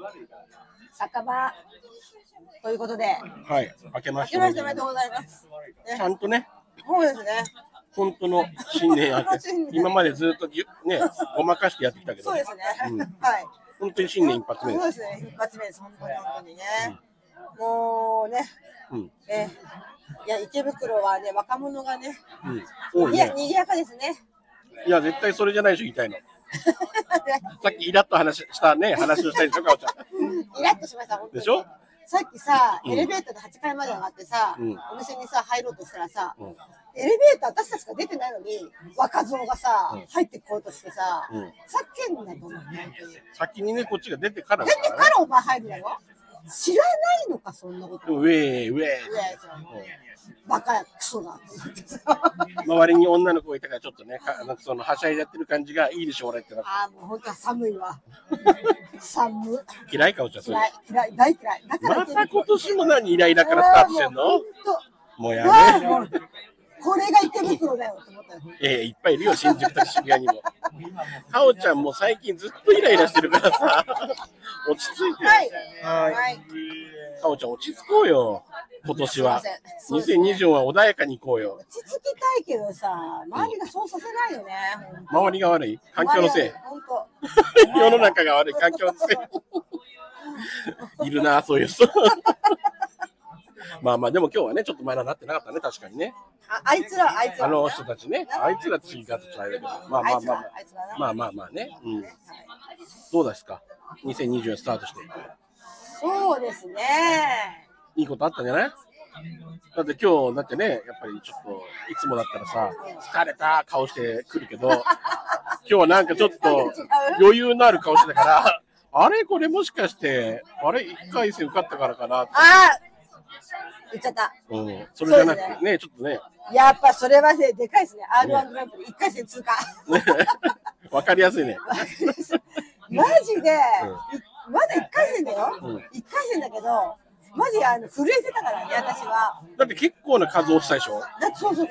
酒場ということで、 はい、明けましておめでとうございます。 ちゃんとね、 そうですね。 本当の新年明け、今までずっとね、ごまかしてやってきたけど、 そうですね。はい。 本当に新年一発目そうですね。一発目です。本当にね。もうね、いや池袋はね、若者がね、にぎやかですね。 いや、絶対それじゃないでしょ、言いたいの。さっきイラッと話をしたでしょ、かおちゃん。 イラッとしました、本当に。 でしょ？ さっきさ、エレベーターで8階まで上がってさ、お店にさ、入ろうとしたらさ、エレベーター私たちが出てないのに、若造がさ、入ってこうとしてさ、さっけんだと思う。 先にね、こっちが出てから出てからお前入るだろ？知らないのか、そんなこと。 ウェー。 バカクソだ。 周りに女の子がいたからちょっとね、そのはしゃいやってる感じがいいでしょ、俺ってなって。 ああ、もう本当は寒いわ。寒い。 嫌いかおちゃん、それ。 嫌い、大嫌い。だからまた今年も何イライラからスタートしてんの？もうやめ。 これが池袋だよと思ったよ。 いっぱいいるよ、新宿と渋谷にも。かおちゃんも最近ずっとイライラしてるからさ、落ち着いて。はい。かおちゃん落ち着こうよ。今年は。2020は穏やかに行こうよ。 落ち着きたいけどさ、周りがそうさせないよね。 周りが悪い？環境のせい。 本当。 世の中が悪い、環境のせい。いるな、そういう人。まあでも今日はね、ちょっとまだなってなかったね、確かにね。 あいつら。 あの人たちね、あいつらって言い方ちゃあれだけど、まあね。どうですか？ 2020 スタートして。 そうですね。 いいことあったんじゃない？だって今日だってね、やっぱりちょっといつもだったらさ、疲れた顔してくるけど、今日はなんかちょっと余裕のある顔してたから、あれこれもしかして1回戦受かったからかなって。 言っちゃった。 それじゃなくてね、ちょっとね。 やっぱそれはね、でかいですね。R1 グランプリ1回戦通過。 わかりやすいね。 マジで、まだ1回戦だよ。1回戦だけど、マジ震えてたからね、私は。 だって結構な数落ちたでしょ？ だってそう。だって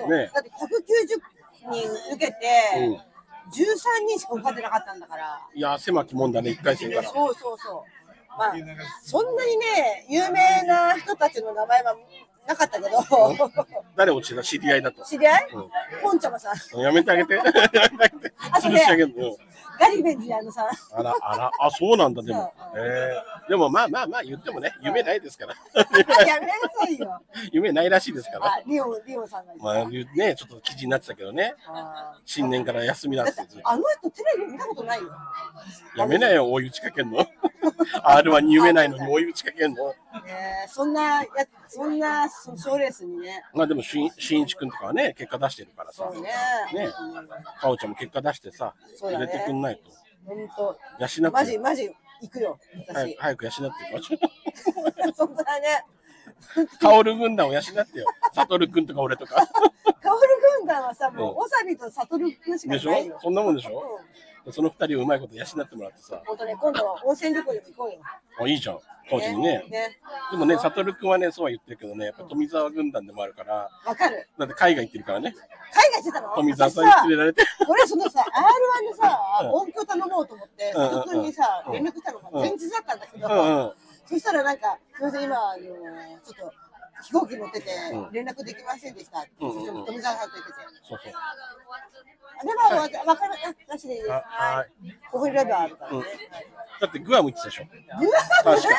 190人受けて、13人しか受かってなかったんだから。 いや、狭きもんだね、1回戦から。 そう。まあ、そんなにね、有名な人たちの名前はなかったけど。 誰落ちた？知り合いだと。 知り合い？ポンちゃまさん。 やめてあげて。吊るしてあげるの。 ガリベンズやさん。 あら、そうなんだ、でも。でもまあ言ってもね、夢ないですから。 やめなさいよ。 夢ないらしいですから。 リオさんが。 まあね、ちょっと記事になってたけどね。新年から休みだって。 あの人テレビ見たことないよ。 やめなよ、追い打ちかけんの。R1 に夢ないのに追い打ちかけんの。 そんな賞レースにね。 まあでもしんいちくんとかはね、結果出してるからさ。 ね。 かおちゃんも結果出してさ、入れてくんないと。 本当。 養ってマジ行くよ。 早く養ってよ。 本当だね。 カオル軍団を養ってよ。サトルくんとか俺とか。 カオル軍団はさ、もうわさびとサトルくんしかないよ。 でしょ？そんなもんでしょ？その2人をうまいこと養ってもらってさ。 本当ね、今度は温泉旅行でも行こうよ。 いいじゃん、かおちゃんにね。でもね、サトルくんはね、そうは言ってるけどね、やっぱ富澤軍団でもあるから。 わかる。 だって海外行ってるからね。 海外してたの？ 富澤さんに連れられて。 俺そのさ、R1 のさ、音響頼もうと思って、サトルくんにさ、連絡したのが前日だったんだけど、そしたらなんか、すみません、今、ちょっと飛行機乗ってて、連絡できませんでした。富澤さんと言ってて。 そう。 でも、わかるなしでいいです。はい。オフレバーあるからね。 だってグアム行ってたでしょ。確か。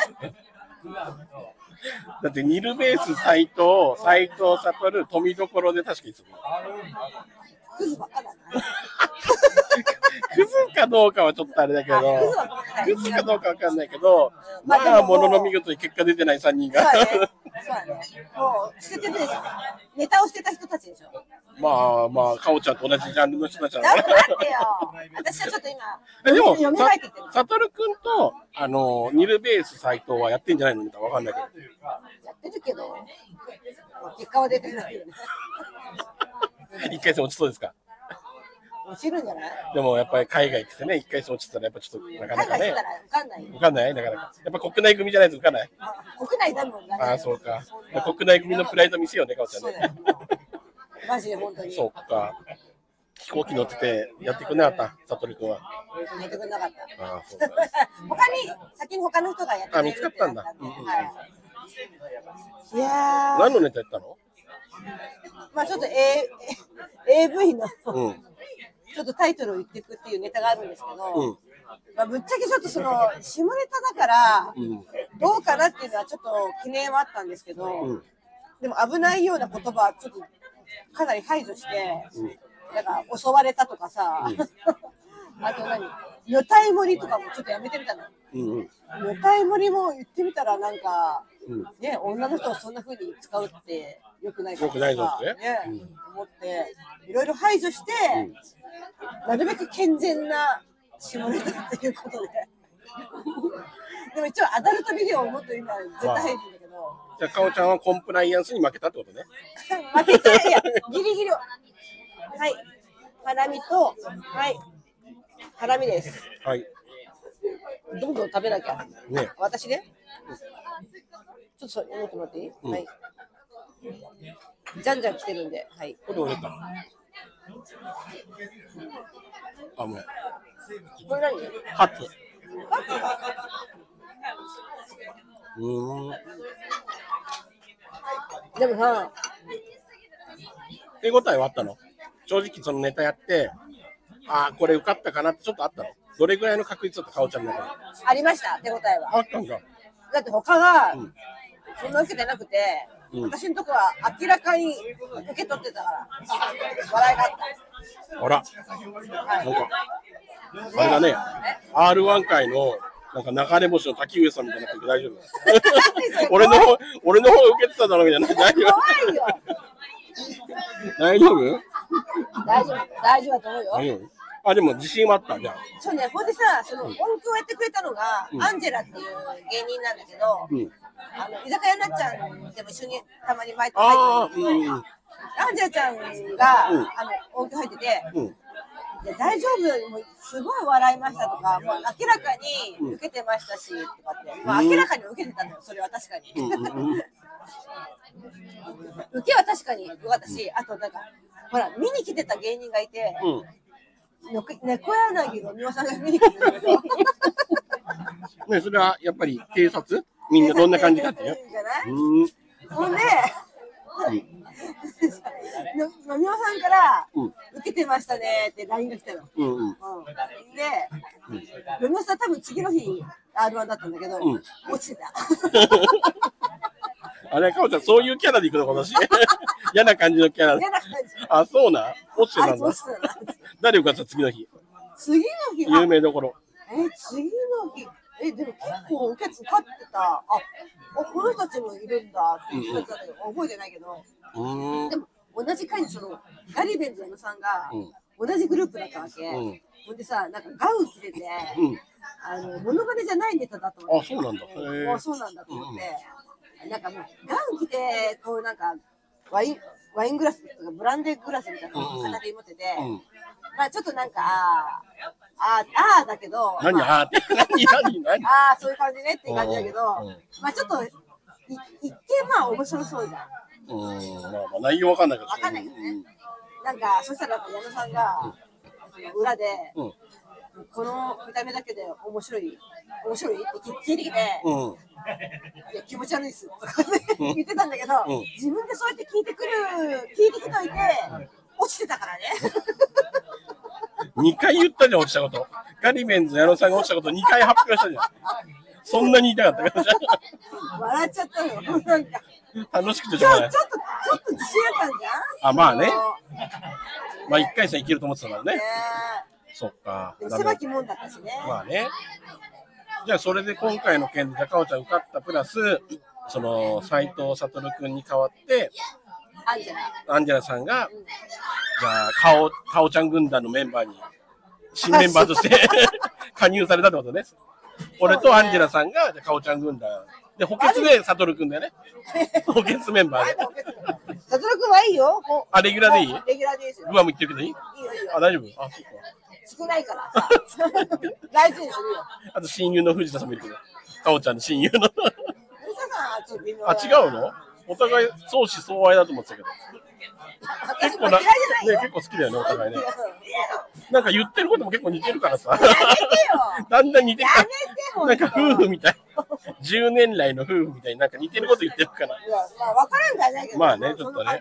だってニルベース斎藤悟富所で確かにする。 クズばっかだな。 クズかどうかはちょっとあれだけど、クズかどうかわかんないけど、まあものの見事に結果出てない3人が。 そうだね。もう捨ててるでしょ。ネタを捨てた人たちでしょ。 まあかおちゃんと同じジャンルの人たちだから。だってよ。私はちょっと今でも読み替えてきてる。 サトル君とニルベース斎藤はやってんじゃないのみたいなわかんないけど。 やってるけど、結果は出てないよね。 1回戦落ちそうですか？ 落ちるんじゃない？ でもやっぱり海外ってね、1回戦落ちたらやっぱちょっとなかなかね。 海外したら受かんないよ。 受かんないなかなか。やっぱ国内組じゃないと受かんない。 国内だもんね。 そうか。国内組のプライド見せようね、かおちゃんね。 マジで本当に。 そうか。 飛行機乗っててやってくれなかった、さとるくんは。 やってくれなかった。 あそうか先に他の人がやってくれる見つかったんだ。 はい、いやー、 何のネタやったの？ まあちょっと、AV の、 うん、 ちょっとタイトルを言っていくっていうネタがあるんですけど、 うん、 まあ、ぶっちゃけちょっとその下ネタだからどうかなっていうのはちょっと懸念はあったんですけど、でも危ないような言葉はちょっとかなり排除して、なんか襲われたとかさ、あと女体盛りとかもちょっとやめてみたの。女体盛りも言ってみたらなんか、ね、女の人をそんな風に使うって良くないからさ、ね、思っていろいろ排除して、なるべく健全な下ネタっていうことででも一応アダルトビデオをもっと今絶対入るんだけど、 じゃあかおちゃんはコンプライアンスに負けたってことね。 負けたいやギリギリをはい、ハラミと、はい、ハラミです。 はい。 どんどん食べなきゃ。 ね。 私ね。ちょっと持ってもらっていい？はい。じゃんじゃん来てるんで、はい。 これ折れた。あ、もう。 これ何？ ハツ。 でもさ、 手応えはあったの？正直そのネタやって、ああこれ受かったかなってちょっとあったの？どれぐらいの確率だったかおちゃんの中で？ ありました、手応えは。 あったんだ。 だって他が、そんな受けてなくて、私のとこは明らかに受け取ってたから、笑いがあった。 あら、はい、なんか、あれだね、R1 回のなんか流れ星の滝上さんみたいな時大丈夫？俺の方受けてただろみたいな。大丈夫？ 怖いよ。 大丈夫？ 大丈夫だと思うよ。 大丈夫？あ、でも自信はあったじゃん。 そうね、ほんでさ、その音響をやってくれたのが、アンジェラっていう芸人なんだけど、居酒屋なっちゃんでも一緒にたまに毎回入ってるんだけど、アンジェラちゃんが、音響入ってて、で大丈夫、もうすごい笑いましたとか、もう明らかに受けてましたし、とかって、まあ、明らかに受けてたのよ、それは確かに。受けは確かに良かったし、あとなんか、ほら、見に来てた芸人がいて、猫柳の美輪さんが見に来てるけどね、それはやっぱり偵察みんなどんな感じかってよ。 ほんで、美輪さんから受けてましたねって LINE が来たの。で、美輪さん多分次の日 R1 だったんだけど、落ちてた。 あれ、かおちゃん、そういうキャラでいくのか、私。嫌な感じのキャラ。あ、そうな。落ちてたんだ。誰受かった次の日。 次の日有名どころ。 次の日。でも結構受かってた。この人たちもいるんだっていう人たちだったけど、覚えてないけど。でも、同じ回にその、ガリベンズ矢野さんが、同じグループだったわけ。ほんでさ、なんかガウン着てて、モノマネじゃないネタだと思って。 あ、そうなんだ。 そうなんだと思って。なんかもうガウン着てこうなんかワイングラスとかブランデーグラスみたいなのを片手に持ってて、まあちょっとなんかだけど、 何あって何そういう感じねっていう感じだけど、まあちょっと一見まあ面白そうじゃん。 まあ内容わかんないけど。 わかんないけどね。なんかそしたら矢野さんが裏で、この見た目だけで面白いって聞いてきて、いや気持ち悪いっすとか言ってたんだけど、自分でそうやって聞いてきといて落ちてたからね。 2回言ったじゃん、落ちたこと。ガリベンズ矢野さんが落ちたこと2回発表したじゃん。そんなに言いたかったから笑っちゃったよ。なんか楽しくてしょうがない。 ちょっと自信あったんじゃん。 まあね。まあ1回戦いけると思ってたからね。そっか。 狭きもんだったしね。 まあね。じゃあそれで今回の件でかおちゃん受かったプラス、その斉藤悟君に代わってアンジェラさんが、じゃあかおちゃん軍団のメンバーに新メンバーとして加入されたってことね。俺とアンジェラさんがかおちゃん軍団で補欠で悟君だよね。補欠メンバーで。 悟君はいいよ。 レギュラーでいい？ レギュラーでいいですよ。 グアム行ってるけどいい？ いいよ。 大丈夫？そっか。 少ないからさ。大事にするよ。 あと親友の藤田さんもいるけど、かおちゃんの親友の。 藤田さんはちょっと微妙だ。 違うの？お互い相思相愛だと思ってたけど。 結構な、ね、結構好きだよね、お互いね。なんか言ってることも結構似てるからさ。 やめてよだんだん似てるやかめてら。なんか夫婦みたい。10年来の夫婦みたいになんか似てること言ってるから。 いや、まあ、分からんじゃないけど。 まあね、ちょっとね。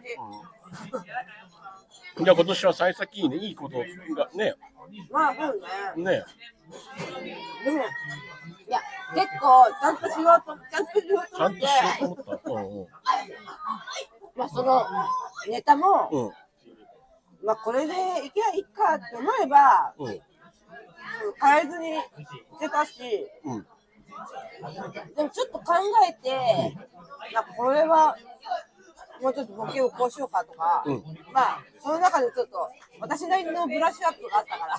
じゃあ今年は幸先いいね、いいことがね。 まあ、そうね。 ね。 でも、いや、結構、ちゃんとしようと思って。 ちゃんとしようと思った。 まあ、その、ネタも、 うん。 まあ、これでいけばいいかって思えば、 うん。 変えずにしてたし、 うん。 でもちょっと考えて、まあ、これは、もうちょっとボケをこうしようかとか、 うんまあ、その中でちょっと、私なりのブラッシュアップがあったから、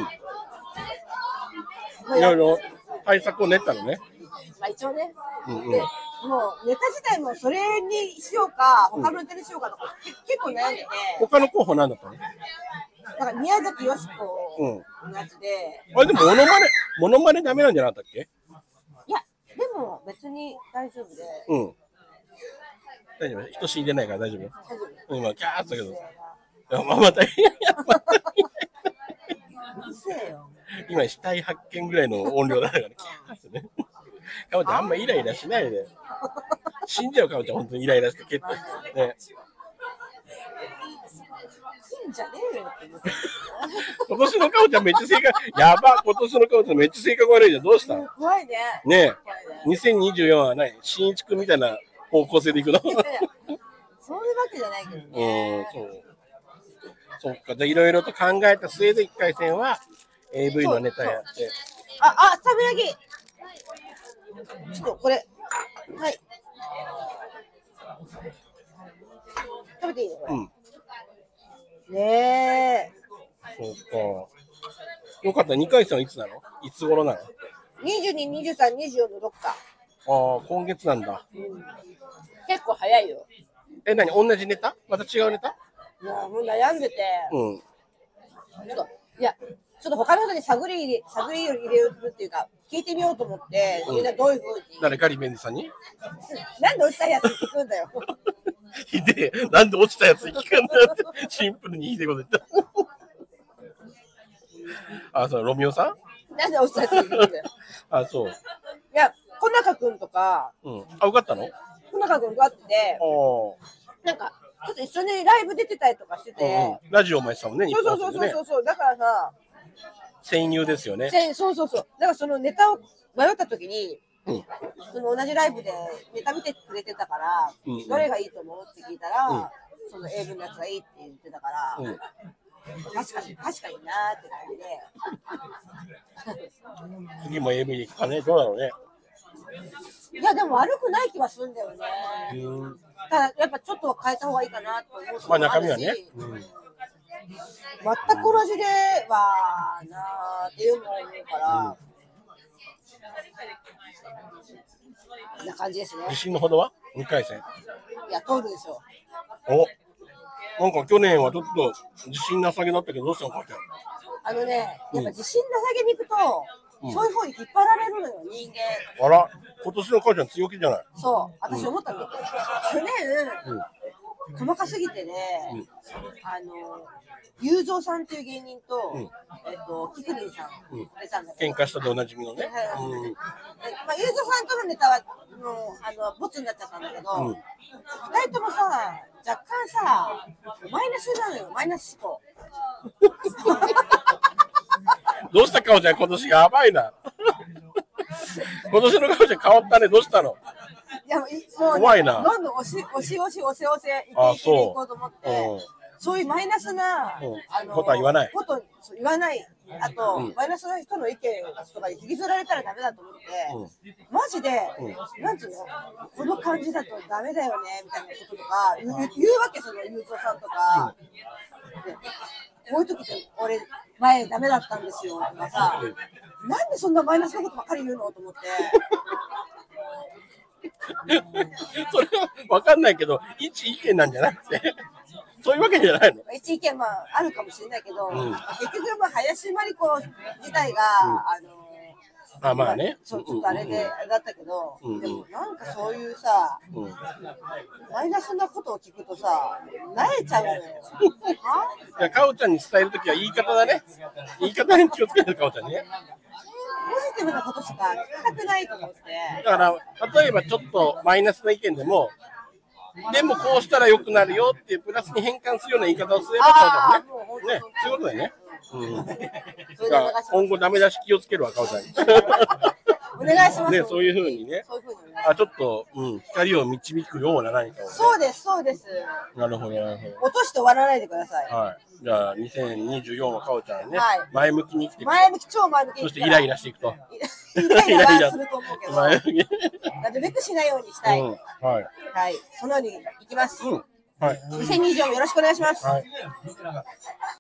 いろいろ対策を練ったのね。 まあ、一応ね、 うんうん。 でもうネタ自体もそれにしようか、他のネタにしようかとか、結構悩んでて、 他の候補なんだったの？ だから宮崎美子のやつで、 あれでもモノマネダメなんじゃなかったっけ？ いや、でも別に大丈夫で、 うん。大丈夫。人死んでないから大丈夫。 大丈夫。 今キャーって言ったけど。また今死体発見ぐらいの音量だからキャーってね。かおちゃんあんまイライラしないで。死んじゃうかおちゃん本当にイライラして結構ね。 いいんじゃねえよって思って。 今年のかおちゃんめっちゃ性格やば。今年のかおちゃんめっちゃ性格悪いじゃん。どうした？ 怖いね。 ねえ。2024は何？新一くんみたいな方向性でいくの？ そういうわけじゃないけどね。 そう。そっか。でいろいろと考えた末で1回戦は AV のネタやって。 サブ焼き。ちょっとこれ、はい。食べていいのこれ。ねえ。 そうか。よかった。2回戦はいつなの？いつ頃なの ？22、23、24のどっか。 今月なんだ。 結構早いよ。 何？同じネタ？また違うネタ？ いや、もう悩んでて。ちょっと他の人に探りを入れるっていうか、聞いてみようと思って、みんなどういう風に。 誰？ガリベンズさんに？ なんで落ちたやつ聞くんだよ。 ひでえ。なんで落ちたやつに聞くんだよって。シンプルにひでえこと言った。そう、ロミオさん？なんで落ちたやつに聞くんだよ。 そう。 いや、小中くんとか。 受かったの？ 小中くんがあって、なんか、ちょっと一緒にライブ出てたりとかしてて。 ラジオもやってたもんね、 そう。だからさ、 戦友ですよね。 そう。だからそのネタを迷った時に、その同じライブでネタ見てくれてたから、どれがいいと思うって聞いたら、その AV のやつがいいって言ってたから、確かになーって感じで。 次も AV かね、どうだろうね。 いや、でも悪くない気はするんだよね。ただ、やっぱちょっと変えた方がいいかなと思う。 まあ中身はね。 全く同じではなーっていうのを思うから、こんな感じですね。 自信のほどは2回戦。 いや、通るでしょ。 なんか去年はちょっと自信なさげだったけど、どうしたのかって。 やっぱ自信なさげにいくと、そういう方に引っ張られるのよ、人間。 あら、今年の母ちゃん強気じゃない。 そう、私思ったの。去年、細かすぎてね、雄三さんっていう芸人と、キクリンさん出たんだけど、 喧嘩したでおなじみのね。 雄三さんとのネタはボツになっちゃったんだけど、2人ともさ、若干さ、マイナスなのよ、マイナス思考。 どうしたかおちゃん、今年やばいな。今年のかおちゃん変わったね、どうしたの？ いや、もう、 怖いな。 どんどん押せいけいこうと思って、そういうマイナスなことは言わない。 言わない。あと、マイナスな人の意見とかに引きずられたらダメだと思って、マジで、なんつうの、この感じだとダメだよねみたいなこととか言うわけ、その雄三さんとか。こういう時って俺前ダメだったんですよとかさ、なんでそんなマイナスなことばっかり言うのと思って。 それは分かんないけど、一意見なんじゃなくて、そういうわけじゃないの？ 一意見あるかもしれないけど、結局林真理子自体が、 あ、まあね。 そう、ちょっとあれで、だったけど、でもなんかそういうさ、マイナスなことを聞くとさ、慣れちゃうのよ。 いや、かおちゃんに伝えるときは言い方だね。言い方に気をつけてるかおちゃんね。 ポジティブなことしか聞きたくないと思って。 だから、例えばちょっとマイナスな意見でも、でもこうしたら良くなるよっていうプラスに変換するような言い方をすればかおちゃんね。ね、そういうことだよね。今後ダメ出し気をつけるわ、かおちゃんに。 お願いします。 ね、そういうふうにね。ちょっと、光を導くような何かを、ね。 そうです、そうです。 なるほど、なるほど。 落として終わらないでください。 はい。じゃあ、2024はかおちゃんね、前向きに生きていく。 前向き、超前向き。 そしてイライラしていくと。 イライラすると思うけど。なるべくしないようにしたい。はい。そのようにいきます。はい。2024もよろしくお願いします。はい。